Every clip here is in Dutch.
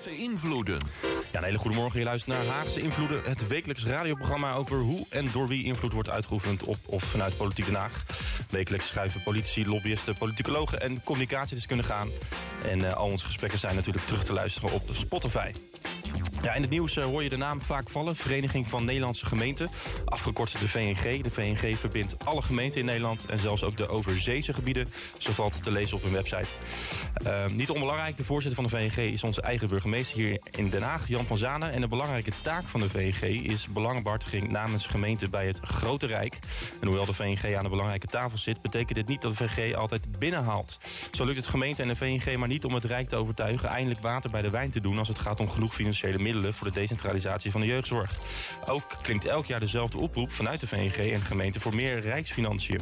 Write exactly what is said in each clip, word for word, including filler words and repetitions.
Haagse Invloeden. Ja, een hele goede morgen. Je luistert naar Haagse Invloeden. Het wekelijks radioprogramma over hoe en door wie invloed wordt uitgeoefend op of vanuit Politiek Den Haag. Wekelijks schrijven politici, lobbyisten, politicologen en communicatiedeskundigen aan. En uh, al onze gesprekken zijn natuurlijk terug te luisteren op Spotify. Ja, in het nieuws uh, hoor je de naam vaak vallen. Vereniging van Nederlandse Gemeenten, afgekort de V N G. De V N G verbindt alle gemeenten in Nederland en zelfs ook de overzeese gebieden. Zo valt te lezen op hun website. Uh, niet onbelangrijk, de voorzitter van de V N G is onze eigen burgemeester hier in Den Haag, Jan van Zanen. En de belangrijke taak van de V N G is belangenbehartiging namens gemeenten bij het grote Rijk. En hoewel de V N G aan de belangrijke tafel zit, betekent dit niet dat de V N G altijd binnenhaalt. Zo lukt het gemeente en de V N G maar niet om het Rijk te overtuigen eindelijk water bij de wijn te doen als het gaat om genoeg financiële middelen voor de decentralisatie van de jeugdzorg. Ook klinkt elk jaar dezelfde oproep vanuit de V N G en gemeenten voor meer rijksfinanciën.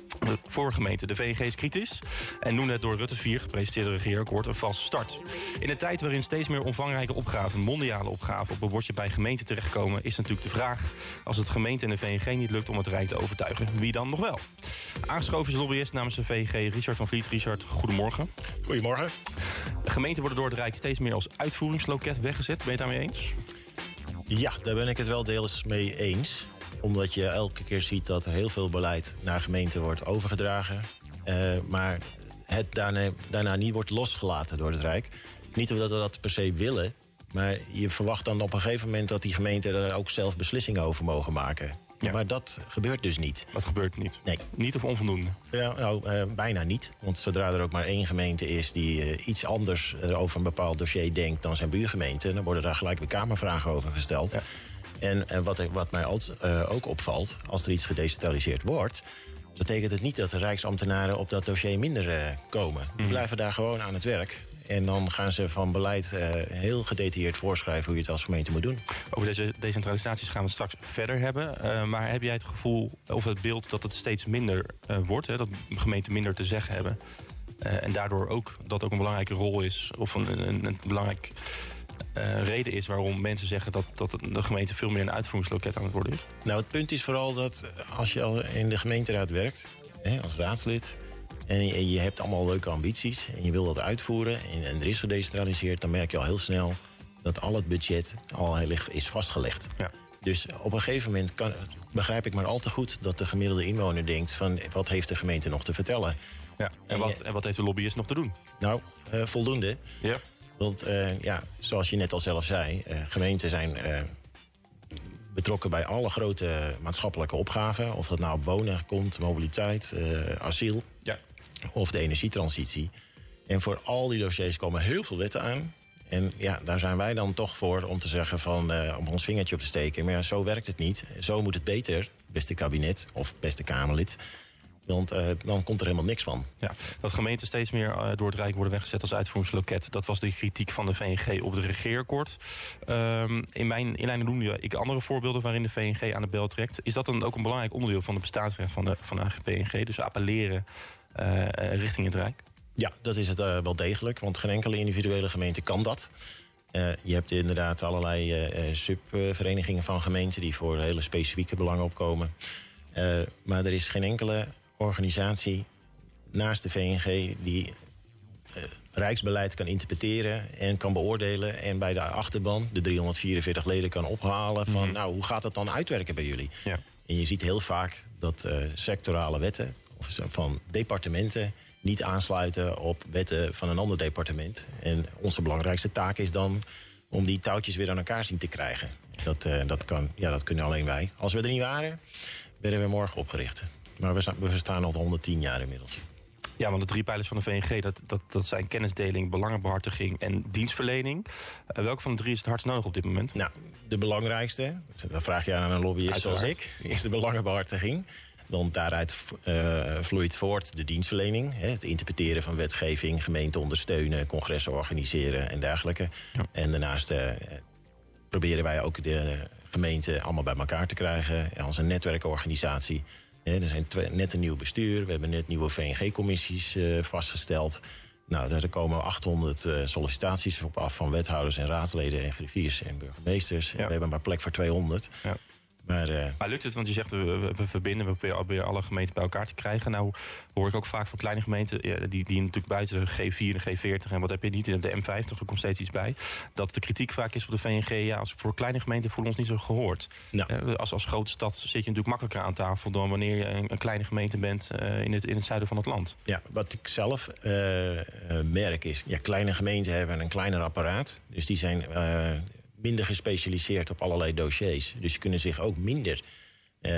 Voor gemeente. De V N G is kritisch en noemde het door Rutte vier gepresenteerde regeerakkoord een valse start. In een tijd waarin steeds meer omvangrijke opgaven, mondiale opgaven, op een bordje bij gemeenten terechtkomen, is natuurlijk de vraag, als het gemeente en de V N G niet lukt om het Rijk te overtuigen, wie dan nog wel? Aangeschoven is lobbyist namens de V N G, Richard van Vliet. Richard, goedemorgen. Goedemorgen. De gemeenten worden door het Rijk steeds meer als uitvoeringsloket weggezet. Ben je het daarmee eens? Ja, daar ben ik het wel deels mee eens. Omdat je elke keer ziet dat er heel veel beleid naar gemeenten wordt overgedragen. Uh, maar het daarna, daarna niet wordt losgelaten door het Rijk. Niet omdat we dat per se willen. Maar je verwacht dan op een gegeven moment dat die gemeenten er ook zelf beslissingen over mogen maken. Ja. Maar dat gebeurt dus niet. Dat gebeurt niet? Nee. Niet of onvoldoende? Ja, nou, uh, bijna niet. Want zodra er ook maar één gemeente is die uh, iets anders over een bepaald dossier denkt dan zijn buurgemeente, dan worden daar gelijk weer kamervragen over gesteld. Ja. En, en wat, wat mij ook, uh, ook opvalt, als er iets gedecentraliseerd wordt, betekent het niet dat de rijksambtenaren op dat dossier minder uh, komen. Die mm. blijven daar gewoon aan het werk. En dan gaan ze van beleid uh, heel gedetailleerd voorschrijven hoe je het als gemeente moet doen. Over deze decentralisaties gaan we straks verder hebben. Uh, maar heb jij het gevoel of het beeld dat het steeds minder uh, wordt? Hè, dat gemeenten minder te zeggen hebben. Uh, en daardoor ook dat ook een belangrijke rol is, of een, een, een belangrijk uh, reden is waarom mensen zeggen dat, dat de gemeente veel meer een uitvoeringsloket aan het worden is? Nou, het punt is vooral dat als je al in de gemeenteraad werkt, hè, als raadslid, en je, en je hebt allemaal leuke ambities en je wil dat uitvoeren en, en er is gedecentraliseerd, dan merk je al heel snel dat al het budget al heel licht is vastgelegd. Ja. Dus op een gegeven moment kan, begrijp ik maar al te goed dat de gemiddelde inwoner denkt van wat heeft de gemeente nog te vertellen? Ja. En, en, wat, je, en wat heeft de lobbyist nog te doen? Nou, uh, voldoende. Ja. Want uh, ja, zoals je net al zelf zei, uh, gemeenten zijn uh, betrokken bij alle grote maatschappelijke opgaven. Of dat nou op wonen komt, mobiliteit, uh, asiel, ja, of de energietransitie. En voor al die dossiers komen heel veel wetten aan. En ja, daar zijn wij dan toch voor om te zeggen van, uh, om ons vingertje op te steken. Maar ja, zo werkt het niet. Zo moet het beter, beste kabinet of beste Kamerlid. Want uh, dan komt er helemaal niks van. Ja, dat gemeenten steeds meer uh, door het Rijk worden weggezet als uitvoeringsloket. Dat was de kritiek van de V N G op het regeerakkoord. Um, in mijn inleiding noemde ik andere voorbeelden waarin de V N G aan de bel trekt. Is dat dan ook een belangrijk onderdeel van het bestaansrecht van de, van de V N G? Dus appelleren uh, richting het Rijk? Ja, dat is het uh, wel degelijk. Want geen enkele individuele gemeente kan dat. Uh, je hebt inderdaad allerlei uh, subverenigingen van gemeenten die voor hele specifieke belangen opkomen. Uh, maar er is geen enkele organisatie naast de V N G die uh, rijksbeleid kan interpreteren en kan beoordelen en bij de achterban de driehonderdvierenveertig leden kan ophalen van mm. nou, hoe gaat het dan uitwerken bij jullie? Ja. En je ziet heel vaak dat uh, sectorale wetten of van departementen niet aansluiten op wetten van een ander departement. En onze belangrijkste taak is dan om die touwtjes weer aan elkaar zien te krijgen. Dat, uh, dat, kan, ja, dat kunnen alleen wij. Als we er niet waren, werden we morgen opgericht. Maar we, we staan al honderdtien jaar inmiddels. Ja, want de drie pijlers van de V N G, dat, dat, dat zijn kennisdeling, belangenbehartiging en dienstverlening. Uh, welke van de drie is het hardst nodig op dit moment? Nou, de belangrijkste, dat vraag je aan een lobbyist zoals ik, is de belangenbehartiging. Want daaruit uh, vloeit voort de dienstverlening. Hè, het interpreteren van wetgeving, gemeenten ondersteunen, congressen organiseren en dergelijke. Ja. En daarnaast uh, proberen wij ook de gemeenten allemaal bij elkaar te krijgen als een netwerkorganisatie. Er zijn twee, net een nieuw bestuur. We hebben net nieuwe V N G-commissies uh, vastgesteld. Nou, daar komen achthonderd uh, sollicitaties op af van wethouders en raadsleden en griffiers en burgemeesters. Ja. We hebben maar plek voor tweehonderd. Ja. Maar, uh, maar lukt het, want je zegt we, we verbinden, we proberen alle gemeenten bij elkaar te krijgen. Nou hoor ik ook vaak van kleine gemeenten, ja, die, die natuurlijk buiten de G vier, de G veertig en wat heb je niet, in de M vijftig, er komt steeds iets bij. Dat de kritiek vaak is op de V N G, ja, als voor kleine gemeenten voelen ons niet zo gehoord. Nou. Uh, als, als grote stad zit je natuurlijk makkelijker aan tafel dan wanneer je een, een kleine gemeente bent uh, in, het, in het zuiden van het land. Ja, wat ik zelf uh, uh, merk is, ja, kleine gemeenten hebben een kleiner apparaat. Dus die zijn uh, minder gespecialiseerd op allerlei dossiers. Dus ze kunnen zich ook minder uh,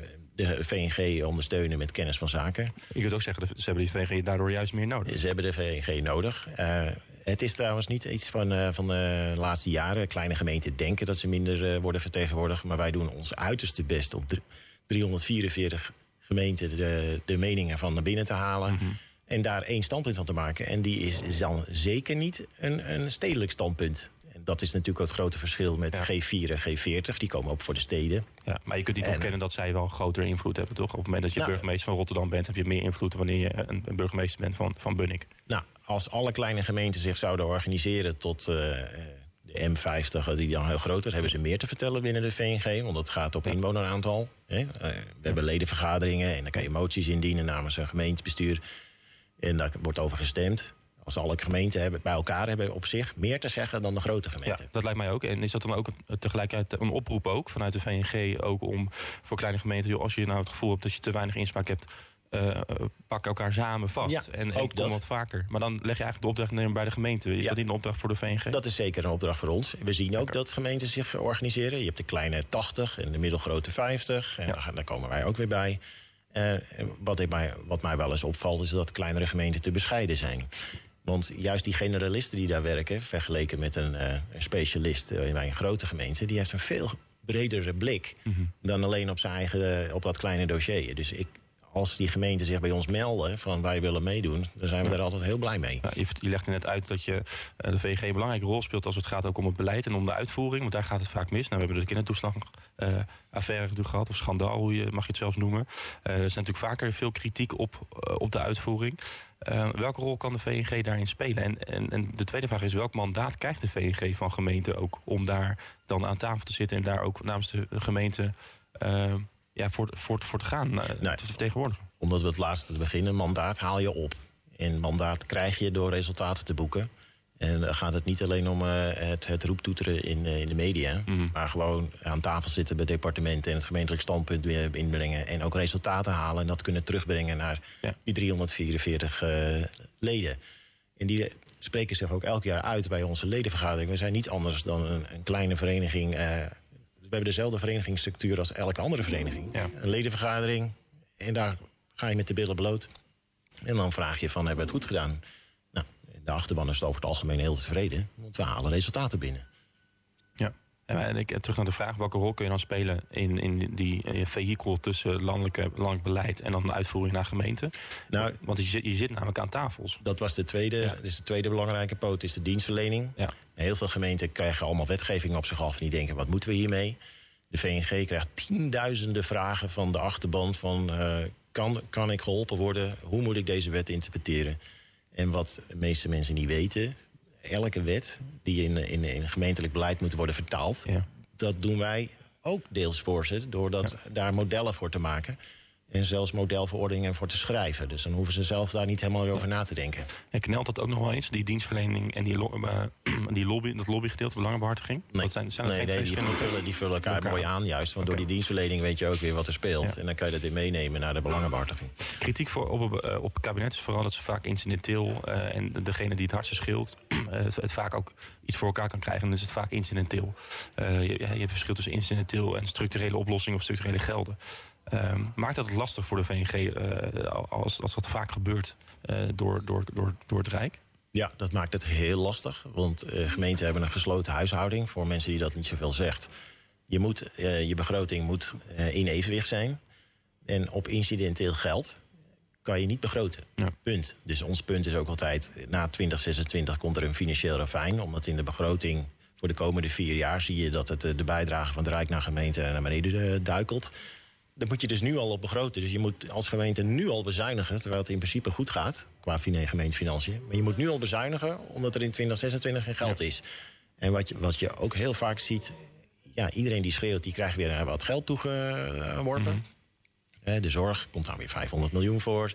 de V N G ondersteunen met kennis van zaken. Je kunt ook zeggen, ze hebben die V N G daardoor juist meer nodig. Ze hebben de V N G nodig. Uh, het is trouwens niet iets van, uh, van de laatste jaren. Kleine gemeenten denken dat ze minder uh, worden vertegenwoordigd. Maar wij doen ons uiterste best om driehonderdvierenveertig gemeenten de, de meningen van naar binnen te halen. Mm-hmm. En daar één standpunt van te maken. En die is dan zeker niet een, een stedelijk standpunt. En dat is natuurlijk ook het grote verschil met ja. G vier en G veertig. Die komen ook voor de steden. Ja, maar je kunt niet en, ontkennen dat zij wel grotere invloed hebben, toch? Op het moment dat je nou, burgemeester van Rotterdam bent, heb je meer invloed dan wanneer je een, een burgemeester bent van, van Bunnik. Nou, als alle kleine gemeenten zich zouden organiseren tot uh, de M vijftig, die dan heel groot is, hebben ze meer te vertellen binnen de V N G. Want dat gaat op ja. inwoneraantal. Hè? Uh, we ja. hebben ledenvergaderingen en dan kan je moties indienen namens een gemeentebestuur. En daar wordt over gestemd. Als alle gemeenten hebben, bij elkaar hebben op zich meer te zeggen dan de grote gemeenten. Ja, dat lijkt mij ook. En is dat dan ook een, tegelijkertijd een oproep ook vanuit de V N G ook om voor kleine gemeenten, joh, als je nou het gevoel hebt dat je te weinig inspraak hebt, uh, pak elkaar samen vast. Ja, en en kom wat vaker. Maar dan leg je eigenlijk de opdracht neer bij de gemeente. Is ja. dat niet een opdracht voor de V N G? Dat is zeker een opdracht voor ons. We zien ook Lekker. dat gemeenten zich organiseren. Je hebt de kleine tachtig en de middelgrote vijftig. En ja. daar komen wij ook weer bij. Uh, wat, ik mij, wat mij wel eens opvalt is dat kleinere gemeenten te bescheiden zijn. Want juist die generalisten die daar werken, vergeleken met een, uh, een specialist uh, bij een grote gemeente, die heeft een veel bredere blik mm-hmm. dan alleen op zijn eigen, uh, op dat kleine dossier. Dus ik, als die gemeenten zich bij ons melden van wij willen meedoen, dan zijn we ja. er altijd heel blij mee. Ja, je, je legt net uit dat je uh, de V N G een belangrijke rol speelt als het gaat ook om het beleid en om de uitvoering. Want daar gaat het vaak mis. Nou, we hebben de kindertoeslagaffaire uh, natuurlijk gehad, of schandaal, hoe je, mag je het zelfs noemen. Uh, er is natuurlijk vaker veel kritiek op, uh, op de uitvoering. Uh, welke rol kan de V N G daarin spelen? En, en, en de tweede vraag is, welk mandaat krijgt de V N G van gemeenten ook om daar dan aan tafel te zitten en daar ook namens de gemeente uh, ja, voor, voor, voor te gaan, uh, nee, te vertegenwoordigen? Omdat we het laatste te beginnen, mandaat haal je op. En mandaat krijg je door resultaten te boeken. En dan gaat het niet alleen om uh, het, het roeptoeteren in, uh, in de media, mm-hmm. maar gewoon aan tafel zitten bij departementen en het gemeentelijk standpunt weer inbrengen en ook resultaten halen en dat kunnen terugbrengen naar ja. die driehonderdvierenveertig uh, leden. En die spreken zich ook elk jaar uit bij onze ledenvergadering. We zijn niet anders dan een, een kleine vereniging. Uh, we hebben dezelfde verenigingsstructuur als elke andere vereniging. Ja. Een ledenvergadering en daar ga je met de billen bloot. En dan vraag je van, hebben we het goed gedaan? Nou, de achterban is over het algemeen heel tevreden, want we halen resultaten binnen. Ja, en ik, terug naar de vraag, welke rol kun je dan spelen in, in die vehikel tussen landelijk, landelijk beleid en dan de uitvoering naar gemeenten? Nou, want je, je zit namelijk aan tafels. Dat was de tweede, ja. dus de tweede belangrijke poot, is de dienstverlening. Ja. Heel veel gemeenten krijgen allemaal wetgeving op zich af en die denken, wat moeten we hiermee? De V N G krijgt tienduizenden vragen van de achterban van, Uh, Kan, kan ik geholpen worden? Hoe moet ik deze wet interpreteren? En wat de meeste mensen niet weten, elke wet die in, in, in gemeentelijk beleid moet worden vertaald, ja. dat doen wij ook deels voor ze, door dat, ja. daar modellen voor te maken. En zelfs modelverordeningen voor te schrijven. Dus dan hoeven ze zelf daar niet helemaal over na te denken. En knelt dat ook nog wel eens, die dienstverlening en die, lo- uh, die lobby, dat lobbygedeelte, belangenbehartiging? Nee, dat zijn, zijn nee, nee die, die, vullen, die vullen elkaar elkaar mooi aan juist. Want okay. door die dienstverlening weet je ook weer wat er speelt. Ja. En dan kan je dat weer meenemen naar de belangenbehartiging. Kritiek voor, op, uh, op het kabinet is vooral dat ze vaak incidenteel Uh, en degene die het hardste scheelt uh, het, het vaak ook iets voor elkaar kan krijgen. En dan is het vaak incidenteel. Uh, je, je hebt verschil tussen incidenteel en structurele oplossingen of structurele gelden. Um, maakt dat het lastig voor de V N G uh, als, als dat vaak gebeurt uh, door, door, door, door het Rijk? Ja, dat maakt het heel lastig. Want uh, gemeenten hebben een gesloten huishouding. Voor mensen die dat niet zoveel zegt. Je, moet, uh, je begroting moet uh, in evenwicht zijn. En op incidenteel geld kan je niet begroten. Ja. Punt. Dus ons punt is ook altijd, na twintig zesentwintig komt er een financieel ravijn. Omdat in de begroting voor de komende vier jaar zie je dat het, de bijdrage van het Rijk naar gemeenten naar beneden duikelt. Dan moet je dus nu al op begroten. Dus je moet als gemeente nu al bezuinigen, terwijl het in principe goed gaat qua gemeentefinanciën. Maar je moet nu al bezuinigen, omdat er in twintig zesentwintig geen geld ja. is. En wat je, wat je ook heel vaak ziet, ja, iedereen die schreeuwt, die krijgt weer wat geld toegeworpen. Mm-hmm. Uh, de zorg komt daar weer vijfhonderd miljoen voor.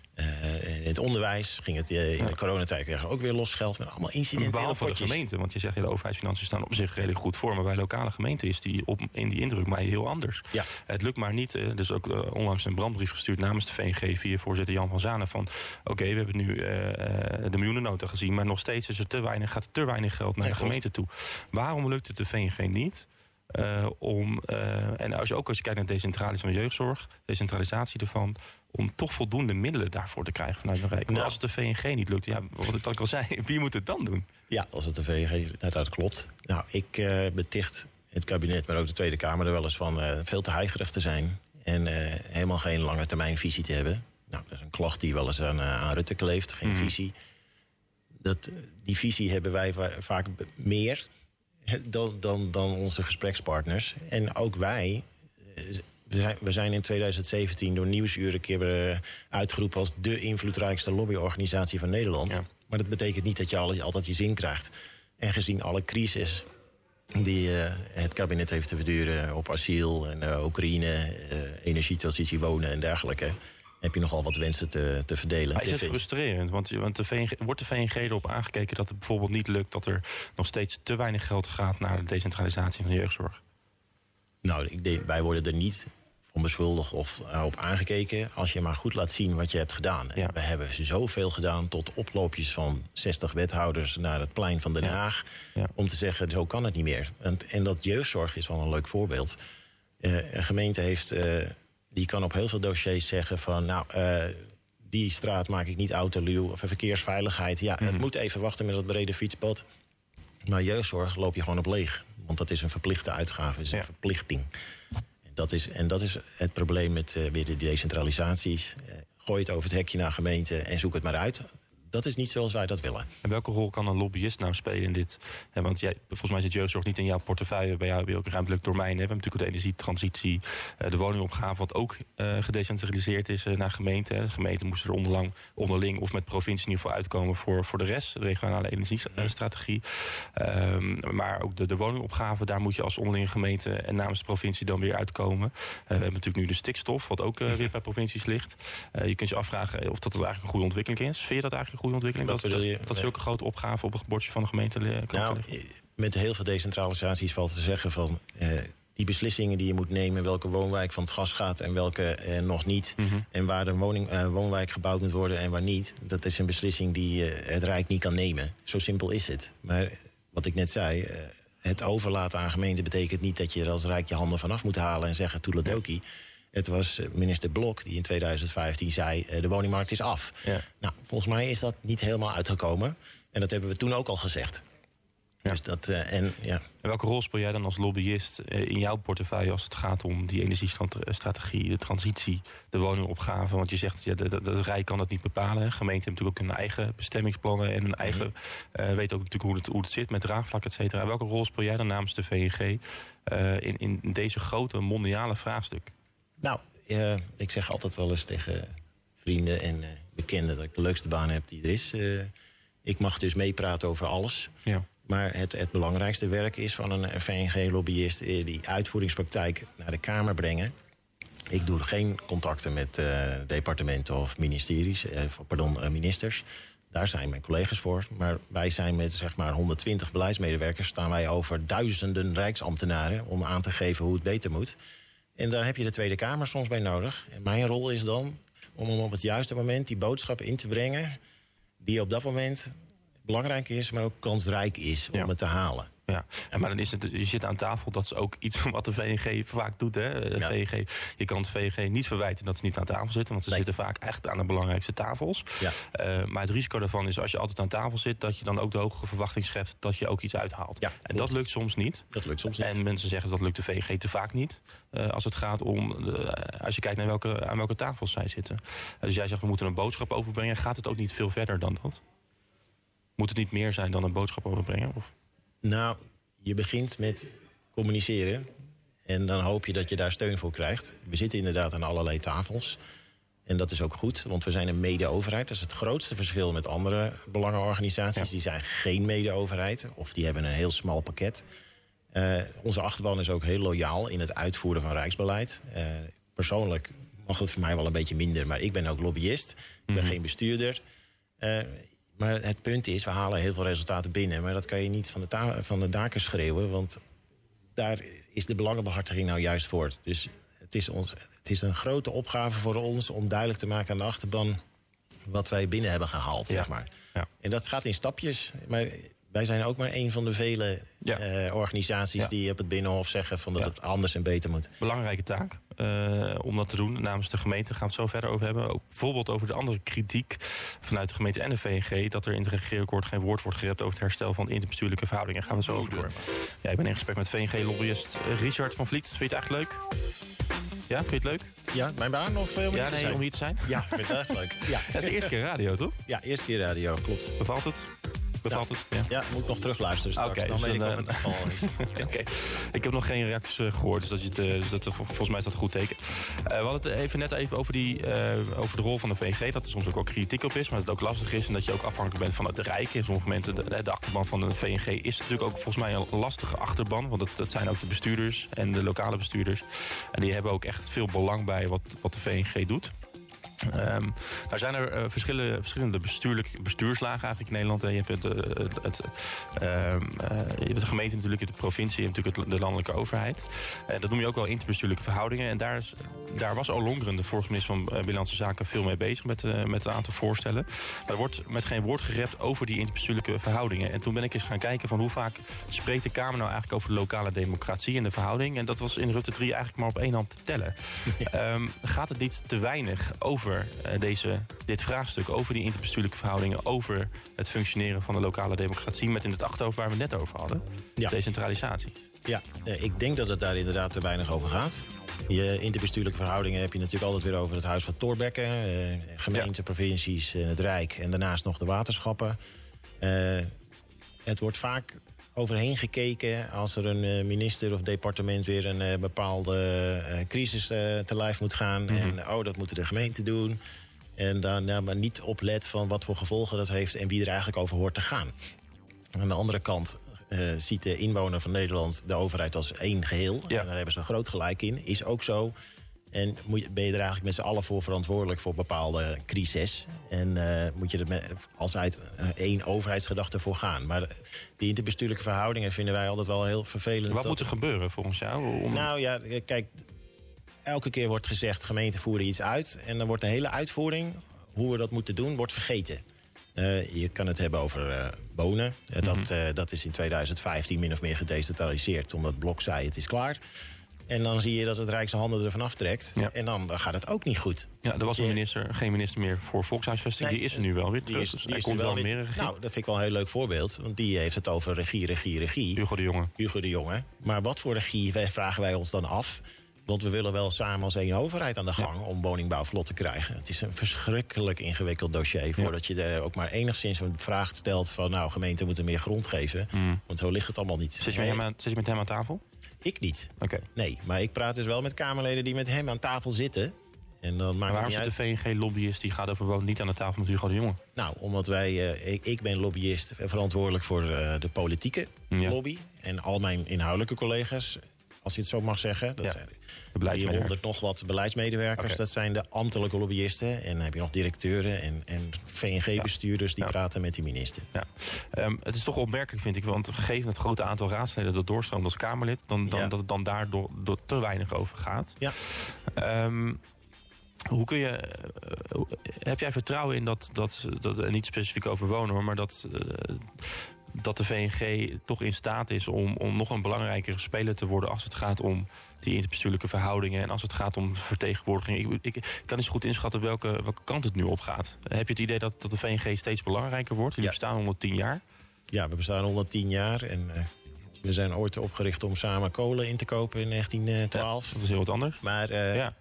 Uh, in het onderwijs ging het uh, in ja. de coronatijd kregen we ook weer los geld. Met allemaal incidentele behalve potjes. de gemeente, want je zegt ja, de overheidsfinanciën staan op zich redelijk goed voor. Maar bij lokale gemeenten is die op, in die indruk maar heel anders. Ja. Het lukt maar niet. Uh, dus ook uh, onlangs een brandbrief gestuurd namens de V N G via voorzitter Jan van Zanen. Van oké, okay, we hebben nu uh, de miljoenennota gezien. Maar nog steeds is er te weinig, gaat er te weinig geld naar ja, de gemeente toe. Waarom lukt het de V N G niet? Uh, om, uh, en als je ook als je kijkt naar decentralisatie van de jeugdzorg, decentralisatie ervan, om toch voldoende middelen daarvoor te krijgen vanuit de Rijk. Maar nou, als het de V N G niet lukt, ja, wat ik al zei, wie moet het dan doen? Ja, als het de V N G, dat, dat klopt. Nou, ik uh, beticht het kabinet, maar ook de Tweede Kamer er wel eens van uh, veel te heigerig te zijn en uh, helemaal geen lange termijn visie te hebben. Nou, dat is een klacht die wel eens aan, uh, aan Rutte kleeft, geen mm. visie. Dat, die visie hebben wij va- vaak meer dan, dan, dan onze gesprekspartners. En ook wij, we zijn, we zijn in tweeduizend zeventien door Nieuwsuur een keer uitgeroepen als de invloedrijkste lobbyorganisatie van Nederland. Ja. Maar dat betekent niet dat je altijd je zin krijgt. En gezien alle crisis die uh, het kabinet heeft te verduren op asiel en uh, Oekraïne, uh, energietransitie, wonen en dergelijke, heb je nogal wat wensen te, te verdelen. Maar is het frustrerend? Want, want de V N G, wordt de V N G erop aangekeken dat het bijvoorbeeld niet lukt, dat er nog steeds te weinig geld gaat naar de decentralisatie van de jeugdzorg? Nou, ik denk, wij worden er niet van beschuldigd of uh, op aangekeken als je maar goed laat zien wat je hebt gedaan. Ja. We hebben zoveel gedaan tot oploopjes van zestig wethouders naar het plein van Den Haag, ja. Ja. om te zeggen, zo kan het niet meer. En, en dat jeugdzorg is wel een leuk voorbeeld. Uh, een gemeente heeft, uh, die kan op heel veel dossiers zeggen van, nou, uh, die straat maak ik niet autoluw, of verkeersveiligheid. Ja, mm-hmm. Het moet even wachten met dat brede fietspad. Maar jeugdzorg loop je gewoon op leeg. Want dat is een verplichte uitgave, is een ja. verplichting. Dat is, en dat is het probleem met uh, weer de decentralisaties. Uh, gooi het over het hekje naar gemeente en zoek het maar uit. Dat is niet zoals wij dat willen. En welke rol kan een lobbyist nou spelen in dit? He, want jij, volgens mij zit jeugdzorg niet in jouw portefeuille. Bij jou heb je ook een ruimtelijk domein. He. We hebben natuurlijk de energietransitie, uh, de woningopgave, wat ook uh, gedecentraliseerd is uh, naar gemeenten. De gemeenten moesten er onderlang, onderling of met provincieniveau uitkomen voor, voor de rest. De regionale energiestrategie. Um, maar ook de, de woningopgave, daar moet je als onderlinge gemeente en namens de provincie dan weer uitkomen. Uh, we hebben natuurlijk nu de stikstof, wat ook uh, weer bij provincies ligt. Uh, je kunt je afvragen of dat, dat eigenlijk een goede ontwikkeling is. Vind je dat eigenlijk goede ontwikkeling? Dat, dat, dat, dat zulke grote opgaven op het bordje van de gemeente komen? Nou, met heel veel decentralisaties valt te zeggen van Uh, die beslissingen die je moet nemen, welke woonwijk van het gas gaat en welke eh, nog niet, mm-hmm. en waar de woning, uh, woonwijk gebouwd moet worden en waar niet, dat is een beslissing die uh, het Rijk niet kan nemen. Zo simpel is het. Maar wat ik net zei, uh, het overlaten aan gemeenten betekent niet dat je er als Rijk je handen vanaf moet halen en zeggen toedeledokie. Het was minister Blok die in tweeduizend vijftien zei, uh, de woningmarkt is af. Ja. Nou, volgens mij is dat niet helemaal uitgekomen. En dat hebben we toen ook al gezegd. Ja. Dus dat, uh, en, ja. En welke rol speel jij dan als lobbyist uh, in jouw portefeuille als het gaat om die energiestrategie, de transitie, de woningopgave? Want je zegt, ja, de, de, de Rijk kan dat niet bepalen. De gemeente heeft natuurlijk ook hun eigen bestemmingsplannen en een eigen, uh, weet ook natuurlijk hoe het, hoe het zit met draagvlak, et cetera. Welke rol speel jij dan namens de V N G uh, in, in deze grote mondiale vraagstuk? Nou, uh, ik zeg altijd wel eens tegen vrienden en uh, bekenden dat ik de leukste baan heb die er is. Uh, ik mag dus meepraten over alles. Ja. Maar het, het belangrijkste werk is van een V N G-lobbyist uh, die uitvoeringspraktijk naar de Kamer brengen. Ik doe geen contacten met uh, departementen of ministeries, uh, pardon, uh, ministers. Daar zijn mijn collega's voor. Maar wij zijn met zeg maar honderdtwintig beleidsmedewerkers, staan wij over duizenden rijksambtenaren om aan te geven hoe het beter moet. En daar heb je de Tweede Kamer soms bij nodig. En mijn rol is dan om hem op het juiste moment die boodschap in te brengen die op dat moment belangrijk is, maar ook kansrijk is om ja. het te halen. Ja, en maar dan is het, je zit aan tafel, dat is ook iets wat de V N G vaak doet. Hè? Ja. V N G, je kan de V N G niet verwijten dat ze niet aan tafel zitten, want ze nee. zitten vaak echt aan de belangrijkste tafels. Ja. Uh, maar het risico daarvan is als je altijd aan tafel zit, dat je dan ook de hoge verwachting schept dat je ook iets uithaalt. Ja, en dat lukt soms niet. Dat lukt soms niet. En mensen zeggen dat lukt de V N G te vaak niet. Uh, als het gaat om, uh, als je kijkt naar welke, aan welke tafels zij zitten. Uh, dus jij zegt we moeten een boodschap overbrengen. Gaat het ook niet veel verder dan dat? Moet het niet meer zijn dan een boodschap overbrengen? Of? Nou, je begint met communiceren en dan hoop je dat je daar steun voor krijgt. We zitten inderdaad aan allerlei tafels en dat is ook goed, want we zijn een mede-overheid. Dat is het grootste verschil met andere belangenorganisaties. Ja. Die zijn geen mede-overheid of die hebben een heel smal pakket. Uh, onze achterban is ook heel loyaal in het uitvoeren van rijksbeleid. Uh, persoonlijk mag het voor mij wel een beetje minder, maar ik ben ook lobbyist. Ik ben mm-hmm. geen bestuurder. Uh, maar het punt is, we halen heel veel resultaten binnen. Maar dat kan je niet van de, ta- van de daken schreeuwen, want daar is de belangenbehartiging nou juist voor. Dus het is, ons, het is een grote opgave voor ons om duidelijk te maken aan de achterban wat wij binnen hebben gehaald, ja. zeg maar. Ja. En dat gaat in stapjes. Maar wij zijn ook maar een van de vele ja. uh, organisaties ja. die op het Binnenhof zeggen van dat ja. het anders en beter moet. Belangrijke taak uh, om dat te doen namens de gemeente. Daar gaan we het zo verder over hebben. Ook bijvoorbeeld over de andere kritiek vanuit de gemeente en de V N G... dat er in het regeerakkoord geen woord wordt gerept over het herstel van interbestuurlijke verhoudingen. Daar gaan we het zo over door. Ja, ik ben in gesprek met V N G-lobbyist Richard van Vliet. Vind je het eigenlijk leuk? Ja, vind je het leuk? Ja, mijn baan of uh, om ja, hier te nee, zijn? om hier te zijn? Ja, ik vind het erg leuk. Ja. Dat is de eerste keer radio, toch? Ja, eerste keer radio, klopt. Bevalt het? Bevalt ja. het? Ja. ja, moet ik nog terugluisteren straks. Okay, dan dus weet dan, ik wat het geval is. Oké, okay. Ik heb nog geen reacties uh, gehoord, dus, dat je het, uh, dus dat, uh, volgens mij is dat een goed teken. Uh, we hadden het even net even over, die, uh, over de rol van de V N G, dat er soms ook, ook kritiek op is, maar dat het ook lastig is en dat je ook afhankelijk bent van het Rijk. In sommige momenten, de, de achterban van de V N G is natuurlijk ook volgens mij een lastige achterban, want dat, dat zijn ook de bestuurders en de lokale bestuurders. En die hebben ook echt veel belang bij wat, wat de V N G doet. Um, daar zijn er uh, verschillende, verschillende bestuurlijk, bestuurslagen eigenlijk in Nederland. Je hebt, het, het, het, uh, uh, je hebt de gemeente natuurlijk, de provincie, je hebt natuurlijk het, de landelijke overheid. Uh, dat noem je ook wel interbestuurlijke verhoudingen. En daar, is, daar was Ollongren, de vorige minister van uh, Binnenlandse Zaken, veel mee bezig met, uh, met een aantal voorstellen. Maar er wordt met geen woord gerept over die interbestuurlijke verhoudingen. En toen ben ik eens gaan kijken van hoe vaak spreekt de Kamer nou eigenlijk over de lokale democratie en de verhouding. En dat was in Rutte drie eigenlijk maar op één hand te tellen. Ja. Um, gaat het niet te weinig over Uh, deze, dit vraagstuk, over die interbestuurlijke verhoudingen, over het functioneren van de lokale democratie, met in het achterhoofd waar we het net over hadden, ja. decentralisatie? Ja, uh, ik denk dat het daar inderdaad te weinig over gaat. Je interbestuurlijke verhoudingen heb je natuurlijk altijd weer over het Huis van Thorbecke, uh, gemeenten, ja. provincies, uh, het Rijk en daarnaast nog de waterschappen. Uh, het wordt vaak overheen gekeken als er een uh, minister of departement weer een uh, bepaalde uh, crisis uh, te lijf moet gaan. Mm-hmm. En oh, dat moeten de gemeenten doen. En dan nou, maar niet oplet van wat voor gevolgen dat heeft en wie er eigenlijk over hoort te gaan. Aan de andere kant uh, ziet de inwoner van Nederland de overheid als één geheel. Ja. En daar hebben ze groot gelijk in. Is ook zo. En moet je, ben je er eigenlijk met z'n allen voor verantwoordelijk voor bepaalde crises. En uh, moet je er met, als uit uh, één overheidsgedachte voor gaan. Maar die interbestuurlijke verhoudingen vinden wij altijd wel heel vervelend. Wat moet er gebeuren volgens jou? Om... Nou ja, kijk, elke keer wordt gezegd gemeenten voeren iets uit. En dan wordt de hele uitvoering, hoe we dat moeten doen, wordt vergeten. Uh, je kan het hebben over uh, wonen. Uh, mm-hmm. dat, uh, dat is in tweeduizend vijftien min of meer gedecentraliseerd. Omdat Blok zei het is klaar. En dan zie je dat het Rijk zijn handen ervan aftrekt. Ja. En dan, dan gaat het ook niet goed. Ja, er was een minister, geen minister meer voor volkshuisvesting. Nee, die is er nu wel weer terug. Die is, die is komt wel meer regie. Nou, dat vind ik wel een heel leuk voorbeeld. Want die heeft het over regie, regie, regie. Hugo de Jonge. Hugo de Jonge. Maar wat voor regie vragen wij ons dan af? Want we willen wel samen als één overheid aan de gang ja. om woningbouw vlot te krijgen. Het is een verschrikkelijk ingewikkeld dossier. Voordat ja. je er ook maar enigszins een vraag stelt van nou, gemeenten moeten meer grond geven. Mm. Want zo ligt het allemaal niet. Zit je met hem aan, zit je met hem aan tafel? Ik niet. Okay. Nee, maar ik praat dus wel met Kamerleden die met hem aan tafel zitten. En dan maakt waarom zit de V N G-lobbyist die gaat over wonen niet aan de tafel met Hugo de Jonge? Nou, omdat wij, uh, ik, ik ben lobbyist verantwoordelijk voor uh, de politieke ja. lobby. En al mijn inhoudelijke collega's, als je het zo mag zeggen. Dat ja. zijn de honderd nog wat beleidsmedewerkers. Okay. Dat zijn de ambtelijke lobbyisten. En dan heb je nog directeuren en, en V N G-bestuurders die ja. praten met die minister. Ja. Um, het is toch opmerkelijk, vind ik. Want gegeven het grote aantal raadsleden dat doorstroomt als Kamerlid, dan, dan, ja. dat het dan daardoor door te weinig over gaat. Ja. Um, Hoe kun je, uh, heb jij vertrouwen in dat, dat, dat niet specifiek over wonen hoor, maar dat, uh, dat de V N G toch in staat is om, om nog een belangrijkere speler te worden als het gaat om die interbestuurlijke verhoudingen en als het gaat om vertegenwoordiging? Ik, ik kan niet zo goed inschatten welke, welke kant het nu op gaat. Heb je het idee dat, dat de V N G steeds belangrijker wordt? Jullie ja. bestaan honderdtien jaar. Ja, we bestaan honderdtien jaar en uh, we zijn ooit opgericht om samen kolen in te kopen in negentien twaalf. Ja, dat is heel wat anders. Maar uh, ja.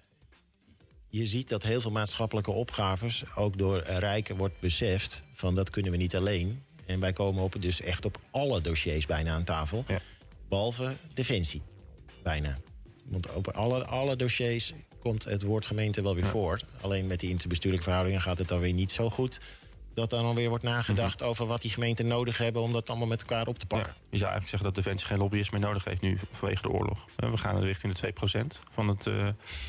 je ziet dat heel veel maatschappelijke opgaves ook door Rijk wordt beseft van dat kunnen we niet alleen. En wij komen op dus echt op alle dossiers bijna aan tafel. Ja. Behalve Defensie. Bijna. Want op alle, alle dossiers komt het woord gemeente wel weer ja. voor. Alleen met die interbestuurlijke verhoudingen gaat het dan weer niet zo goed. dat dan alweer wordt nagedacht mm-hmm. over wat die gemeenten nodig hebben om dat allemaal met elkaar op te pakken. Ja, je zou eigenlijk zeggen dat Defensie geen lobbyist meer nodig heeft nu vanwege de oorlog. We gaan richting de twee procent van het... Uh,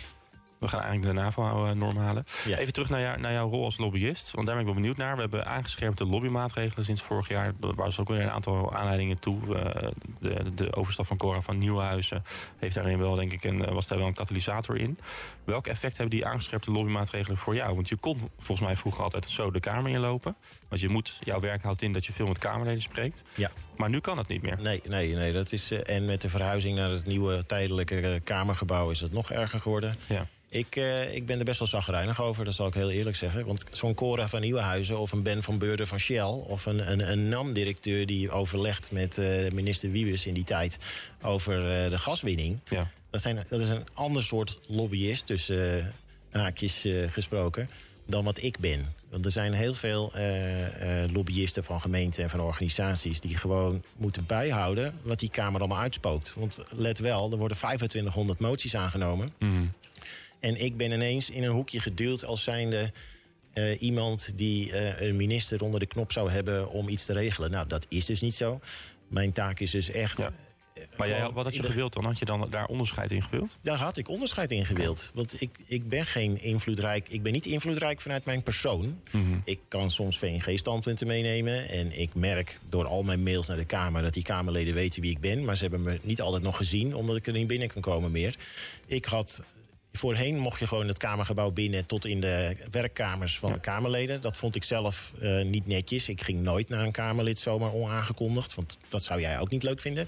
we gaan eigenlijk de NAVO-norm halen. Ja. Even terug naar, jou, naar jouw rol als lobbyist. Want daar ben ik wel benieuwd naar. We hebben aangescherpte lobbymaatregelen sinds vorig jaar. Er was ook weer een aantal aanleidingen toe. Uh, de, de overstap van Cora van Nieuwenhuizen heeft daarin wel, denk ik, een, was daar wel een katalysator in. Welk effect hebben die aangescherpte lobbymaatregelen voor jou? Want je kon volgens mij vroeger altijd zo de Kamer inlopen. Want je moet, jouw werk houdt in dat je veel met Kamerleden spreekt. Ja. Maar nu kan dat niet meer. Nee, nee, nee. Dat is, uh, en met de verhuizing naar het nieuwe tijdelijke uh, Kamergebouw is het nog erger geworden. Ja. Ik, uh, ik ben er best wel chagrijnig over, dat zal ik heel eerlijk zeggen. Want zo'n Cora van Nieuwenhuizen of een Ben van Beurden van Shell... of een, een, een N A M-directeur die overlegt met uh, minister Wiebes in die tijd... over uh, de gaswinning. Ja. Dat, zijn, dat is een ander soort lobbyist, tussen uh, haakjes uh, gesproken... dan wat ik ben. Want er zijn heel veel uh, uh, lobbyisten van gemeenten en van organisaties... die gewoon moeten bijhouden wat die Kamer allemaal uitspookt. Want let wel, er worden vijfentwintighonderd moties aangenomen... Mm. En ik ben ineens in een hoekje geduwd als zijnde uh, iemand die uh, een minister onder de knop zou hebben om iets te regelen. Nou, dat is dus niet zo. Mijn taak is dus echt... Ja. Maar jij, wat had je gewild dan? Had je dan daar onderscheid in gewild? Daar had ik onderscheid in gewild. Okay. Want ik, ik ben geen invloedrijk... Ik ben niet invloedrijk vanuit mijn persoon. Mm-hmm. Ik kan soms V N G-standpunten meenemen. En ik merk door al mijn mails naar de Kamer... dat die Kamerleden weten wie ik ben. Maar ze hebben me niet altijd nog gezien... omdat ik er niet binnen kan komen meer. Ik had... Voorheen mocht je gewoon het Kamergebouw binnen tot in de werkkamers van ja. de Kamerleden. Dat vond ik zelf uh, niet netjes. Ik ging nooit naar een Kamerlid zomaar onaangekondigd. Want dat zou jij ook niet leuk vinden.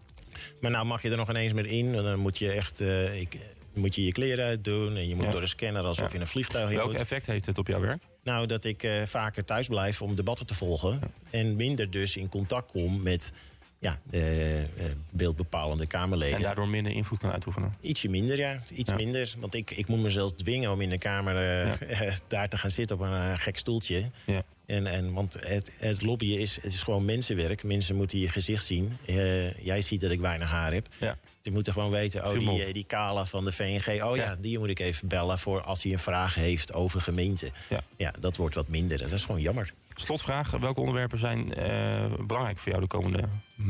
Maar nou mag je er nog ineens meer in. En dan moet je echt uh, ik, moet je, je kleren uitdoen. En je moet ja. door de scanner alsof ja. je in een vliegtuig... Welk effect heeft het op jouw werk? Nou, dat ik uh, vaker thuis blijf om debatten te volgen. Ja. En minder dus in contact kom met... Ja, de uh, beeldbepalende Kamerleden. En daardoor minder invloed kan uitoefenen? Ietsje minder, ja. Iets ja. minder. Want ik, ik moet mezelf dwingen om in de Kamer uh, ja. daar te gaan zitten op een uh, gek stoeltje. Ja. En, en, want het, het lobbyen is, het is gewoon mensenwerk. Mensen moeten je gezicht zien. Uh, jij ziet dat ik weinig haar heb. Ja. Die moeten gewoon weten, oh, die, die Kala van de V N G... oh ja. ja, die moet ik even bellen voor als hij een vraag heeft over gemeente. Ja. ja, dat wordt wat minder. Dat is gewoon jammer. Slotvraag, welke onderwerpen zijn uh, belangrijk voor jou de komende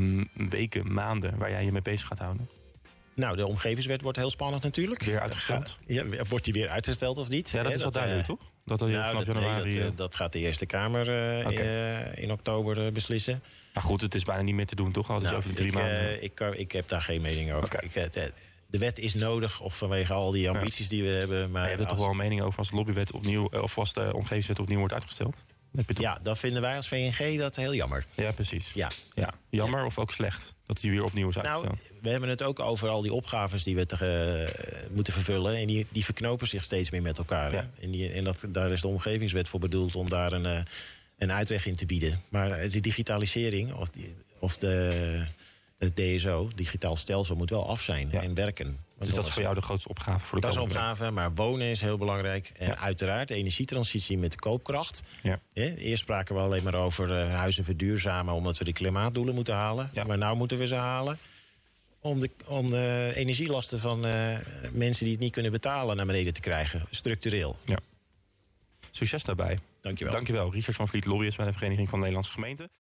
weken, maanden... waar jij je mee bezig gaat houden? Nou, de omgevingswet wordt heel spannend natuurlijk. Weer uitgesteld? Ja, wordt die weer uitgesteld of niet? Ja, dat He, is wel duidelijk, uh, toch? Dat, dat, nou, dat, januari, nee, dat, uh, dat gaat de Eerste Kamer uh, okay. uh, in oktober uh, beslissen. Nou goed, het is bijna niet meer te doen, toch? Al nou, over de drie ik, maanden. Uh, ik, ik heb daar geen mening over. Okay. Ik, uh, de wet is nodig, of vanwege al die ambities ja. die we hebben. Maar je hebt er als... toch wel een mening over als de lobbywet opnieuw... of als de omgevingswet opnieuw wordt uitgesteld? Ja, dan vinden wij als V N G dat heel jammer. Ja, precies. Ja. Ja. Jammer ja. of ook slecht dat die weer opnieuw is uitgesteld? Nou, we hebben het ook over al die opgaves die we te, uh, moeten vervullen. En die, die verknopen zich steeds meer met elkaar. Ja. En, die, en dat, daar is de omgevingswet voor bedoeld om daar een, uh, een uitweg in te bieden. Maar de digitalisering of, die, of de, het D S O, digitaal stelsel, moet wel af zijn ja. en werken. Dus dat is voor jou de grootste opgave voor de Dat is een opgave, maar wonen is heel belangrijk. En ja. uiteraard de energietransitie met de koopkracht. Ja. Ja, eerst spraken we alleen maar over uh, huizen verduurzamen... omdat we de klimaatdoelen moeten halen. Ja. Maar nu moeten we ze halen om de, om de energielasten van uh, mensen die het niet kunnen betalen... naar beneden te krijgen, structureel. Ja. Succes daarbij. Dank je wel. Dank je wel. Richard van Vliet, lobbyist bij de Vereniging van Nederlandse Gemeenten.